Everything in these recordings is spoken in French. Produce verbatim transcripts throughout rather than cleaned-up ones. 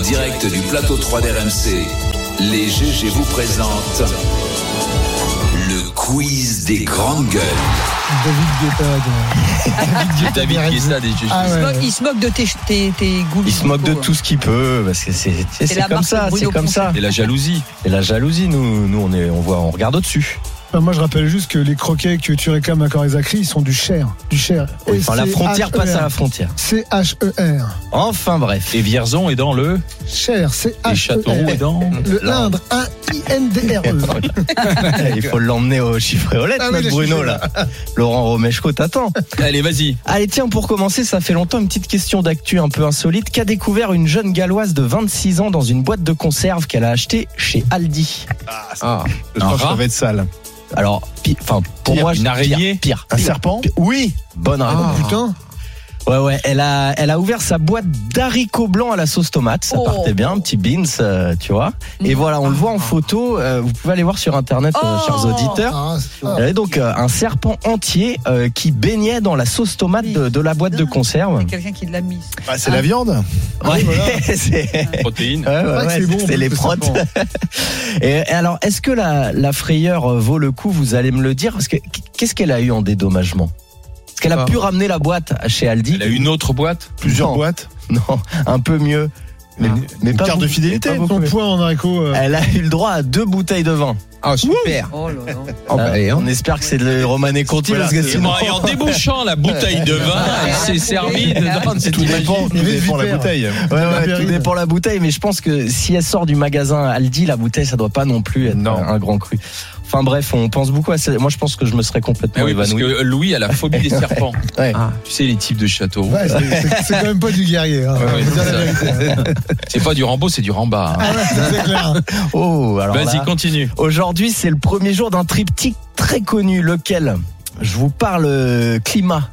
direct du plateau trois d'R M C, les G G vous présentent le quiz des grandes gueules. David Guetta, David Guetta des G G. Ah ouais. Il se moque de tes, tes, tes goûts. Il se moque de tout ce qu'il peut parce que c'est, c'est, c'est comme ça, c'est comme ça. Et la jalousie. Et la jalousie, nous, nous on est, on voit, on regarde au-dessus. Moi, je rappelle juste que les croquets que tu réclames à corps et Zachary, ils sont du Cher. Du Cher. Oui, enfin, la frontière passe à la frontière. C H E R. Enfin, bref. Et Vierzon est dans le. Cher, C H E R. Et Châteauroux est dans. Le L'Indre, A I N D R E. Il faut l'emmener au chiffre et aux lettres, ah oui, notre Bruno, là. Laurent Romeshko t'attend. Allez, vas-y. Allez, tiens, pour commencer, ça fait longtemps, une petite question d'actu un peu insolite. Qu'a découvert une jeune galloise de vingt-six ans dans une boîte de conserve qu'elle a achetée chez Aldi? Ah, ah je pense que ça va être sale. Alors, enfin, pour pire, moi, une araignée, pire, pire. Un pire. serpent pire. Oui, bonne réponse. Ah, putain. Ouais, ouais, elle a, elle a ouvert sa boîte d'haricots blancs à la sauce tomate. Ça oh. partait bien, un petit beans, euh, tu vois. Et voilà, on le voit en photo. Euh, vous pouvez aller voir sur Internet, euh, oh. chers auditeurs. Ah, il y avait donc euh, un serpent entier euh, qui baignait dans la sauce tomate de, de la boîte de conserve. C'est quelqu'un qui l'a mis. Bah, c'est ah. la viande. Ouais, oui, voilà. c'est protéines. Ouais, ouais, ouais, c'est, bon, c'est les protes. et, et alors, est-ce que la, la frayeur vaut le coup? Vous allez me le dire. Parce que qu'est-ce qu'elle a eu en dédommagement? Est-ce qu'elle a pu ramener la boîte chez Aldi? Elle a une autre boîte? Plusieurs non. boîtes? Non, un peu mieux. Mais, ah. mais une pas carte beaucoup, de fidélité. Son poids en haricots. Euh... Elle a eu le droit à deux bouteilles de vin. Ah, super. Oh là là. Oh, bah, allez, on espère que c'est de Romanée Conti. Voilà, parce que sinon... Et en débouchant la bouteille de vin, elle s'est servie dedans de cette tout dépend, tout dépend la bouteille. Ouais, ouais, tout dépend la bouteille. Mais je pense que si elle sort du magasin Aldi, la bouteille, ça doit pas non plus être non. un grand cru. Enfin bref, on pense beaucoup à ça. Moi, je pense que je me serais complètement ah oui, évanoui. Parce que Louis a la phobie des serpents. Ouais. Ah, tu sais, les types de Châteauroux. Ouais, c'est, c'est, c'est quand même pas du guerrier. Hein. Ouais, ouais, c'est, c'est pas du Rambo, c'est du Ramba. Hein. Ah ouais, c'est clair. Oh, alors vas-y, là, continue. Aujourd'hui, c'est le premier jour d'un triptyque très connu, lequel je vous parle euh, climat,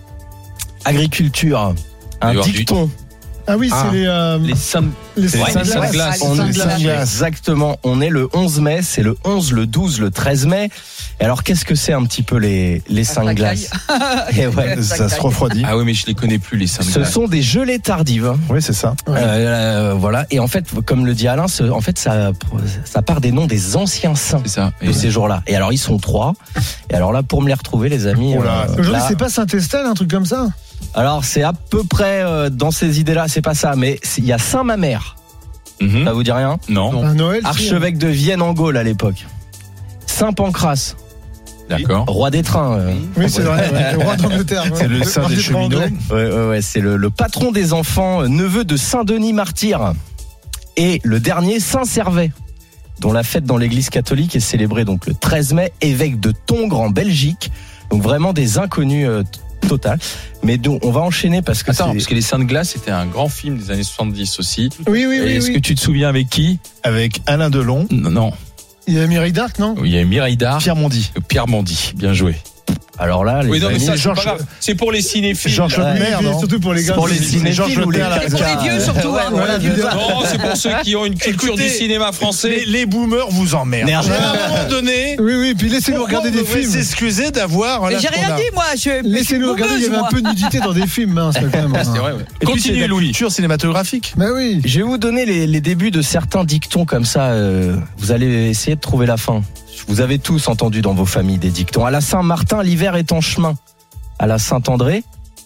agriculture, un dicton. Du... Ah oui, ah, c'est les euh, les sam... les sunglasses. On est exactement, on est le onze mai, c'est le onze, le douze, le treize mai. Et alors qu'est-ce que c'est un petit peu les les sunglasses? Et ouais, ça se refroidit. Ah oui, mais je les connais plus les sunglasses. Ce sont des gelées tardives. Oui, c'est ça. Euh, euh, voilà, et en fait, comme le dit Alain, ce, en fait ça ça part des noms des anciens saints ça. de et ces jours-là. Et alors ils sont trois. Et alors là, pour me les retrouver, les amis. Oh là, euh, aujourd'hui, là, c'est pas Saint-Estelle, un truc comme ça? Alors c'est à peu près euh, dans ces idées-là, c'est pas ça, mais il y a Saint-Mamère. Mm-hmm. Ça vous dit rien? Non. non. Un Noël, archevêque de Vienne en Gaule à l'époque. Saint Pancrace. D'accord. Roi des trains. Euh, oui, c'est vrai. Ouais. Le roi d'Angleterre. C'est le saint des cheminots. Ouais, ouais, ouais. C'est le, le patron des enfants, neveu de Saint Denis martyr, et le dernier Saint Servais, dont la fête dans l'Église catholique est célébrée donc le treize mai, évêque de Tongres en Belgique. Donc vraiment des inconnus. Euh, total. Mais donc, on va enchaîner parce que Attends, c'est... parce que Les Saints de Glace, c'était un grand film des années soixante-dix aussi. Oui, oui, oui. Est-ce oui. que tu te souviens avec qui? Avec Alain Delon. Non, non. Il y a Mireille d'Arc, non? Il y a Mireille d'Arc. Pierre Mondy. Pierre Mondy, bien joué. Alors là, les oui, non, mais amis, ça, c'est, Georges... pas grave. C'est pour les cinéphiles. Georges Leclerc, oui, surtout pour les gars. Pour les cinéphiles ou les c'est pour les vieux surtout. ouais, hein, voilà, vieux. Non, c'est pour ceux qui ont une culture Écoutez, du cinéma français. Les, les boomers vous emmerdent. Merde. À un moment donné. Oui, oui, puis laissez-nous regarder des films. S'excuser d'avoir. Mais j'ai rien dit, moi. Je... Laissez-nous regarder. Il y avait un peu de nudité dans des films, hein, c'est quand même. C'est vrai. Ouais. Et continue, Louis. Culture cinématographique. Bah oui. Je vais vous donner les, les débuts de certains dictons comme ça. Euh, vous allez essayer de trouver la fin. Vous avez tous entendu dans vos familles des dictons. À la Saint-Martin, l'hiver est en chemin. À la Saint-André,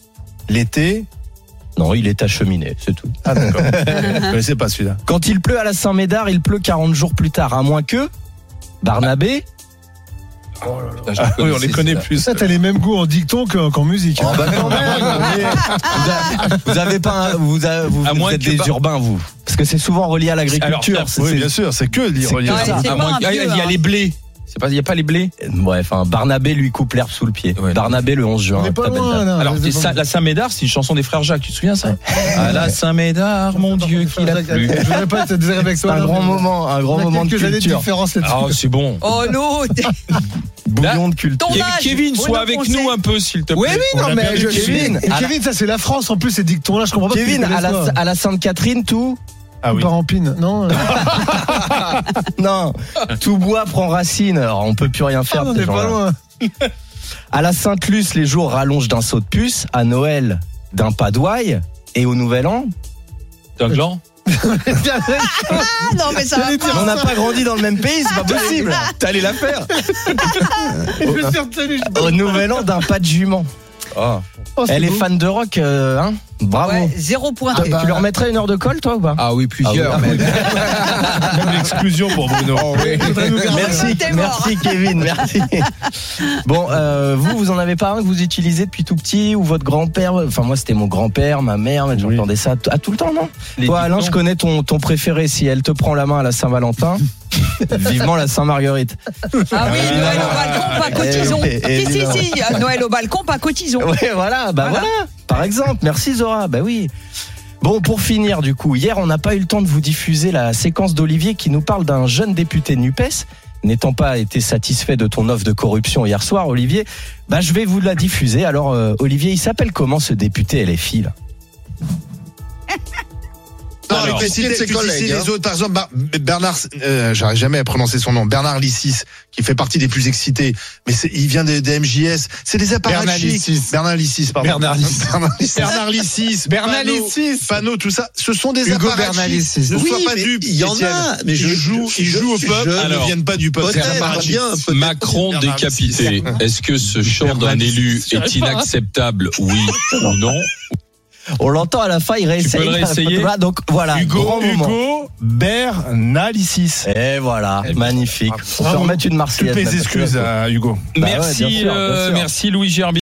l'été. Non, il est acheminé, c'est tout. Ah d'accord. Je ne connaissais pas celui-là. Quand il pleut à la Saint-Médard, il pleut quarante jours plus tard. À moins que Barnabé. Oh là là. Ah, oui, on les connaît plus. Ça, t'as les mêmes goûts en dicton qu'en musique. Oh bah quand même. Vous avez pas, un, vous, avez, vous, vous êtes des bar... urbains, vous. Parce que c'est souvent relié à l'agriculture. Alors, c'est, oui, bien sûr, c'est que relié à ça. À moins, il y a les blés. C'est pas, il y a pas les blés. Ouais, enfin Barnabé lui coupe l'herbe sous le pied. Ouais. Barnabé le onze juin. On est pas loin, là. Alors ça, la Saint-Médard, c'est une chanson des frères Jacques. Tu te souviens ça? À la Saint-Médard, mon Dieu, qu'il a plu. Je voudrais pas être désagréable avec toi. Un grand moment, un grand moment de culture. Ah, c'est bon. Oh non. Bouillon de culture. Kevin, sois avec nous un peu, s'il te plaît. Oui, oui, non, mais je Kevin. Kevin, ça c'est la France en plus ces dictons-là. Je comprends pas. Kevin, à la à la Sainte-Catherine, tout. Ah oui. Part en pine, non. Non, tout bois prend racine. Alors on peut plus rien faire. Ah, on n'est pas loin. À la Sainte-Luce, les jours rallongent d'un saut de puce. À Noël, d'un pas d'ouaille. Et au Nouvel An, d'un gland. Ah non, mais ça va J'allais pas. dire On n'a pas grandi dans le même pays, c'est pas possible. T'allais la faire. Je vais faire tenir. Au nouvel an d'un pas de jument. Oh. Oh, c'est Elle est beau. fan de rock, euh, hein Bravo. Ouais, zéro point. Toi, tu leur mettrais une heure de colle, toi, ou pas? Ah oui, plusieurs. Ah oui. même. Même l'exclusion pour Bruno. Oh, oui. Merci, T'es mort. merci Kevin, merci. Bon, euh, vous, vous en avez pas un que vous utilisez depuis tout petit ou votre grand-père? Enfin, moi, c'était mon grand-père, ma mère, mais j'entendais ça à tout le temps, non? Les Toi, Alain, dictons. je connais ton, ton préféré. Si elle te prend la main à la Saint-Valentin, vivement la Saint-Marguerite. Ah oui, Noël au balcon, pas cotisons. Eh, eh, Si, si, évidemment. si, Noël au balcon, pas cotisons. Ouais, voilà, bah voilà. Voilà. Par exemple, merci Zora, bah oui. Bon, pour finir, du coup, hier, on n'a pas eu le temps de vous diffuser la séquence d'Olivier qui nous parle d'un jeune député de NUPES. N'étant pas été satisfait de ton offre de corruption hier soir, Olivier, bah je vais vous la diffuser. Alors, euh, Olivier, il s'appelle comment ce député L F I là? Non, Alors, il cite ses collègues, les hein. autres, par exemple, Bar- Bernard, euh, j'arrive jamais à prononcer son nom, Bernard Lissis, qui fait partie des plus excités, mais c'est, il vient des, des M J S, c'est des apparatchiks. Bernard Lissis. Bernard Lissis, pardon. Bernard Lissis. Bernard Lissis. Bernard Lissis. Bernard Panot, Lissis. Panot, tout ça, ce sont des Hugo apparatchiks. Bernard Lissis. Ne Oui, sois pas mais dupe. il y en a, Étienne. mais je- ils jouent, je- ils jouent au je- peuple, je- ils ne alors, viennent pas du peuple. C'est peut-être, apparatchik. bien, peut-être. Macron Bernard décapité. Lissis. Est-ce que ce chant d'un élu est inacceptable, oui ou non? On l'entend à la fin, il réessaye. peux le réessayer Voilà, donc voilà, Hugo, grand moment. Hugo Bernalicis. Et voilà, Eh ben, magnifique. On peut bravo. remettre une Toutes Marseillaise. mes même, parce que- excuses à Hugo. Bah ouais, Merci, bien sûr, bien euh, sûr. merci Louis Gerbier.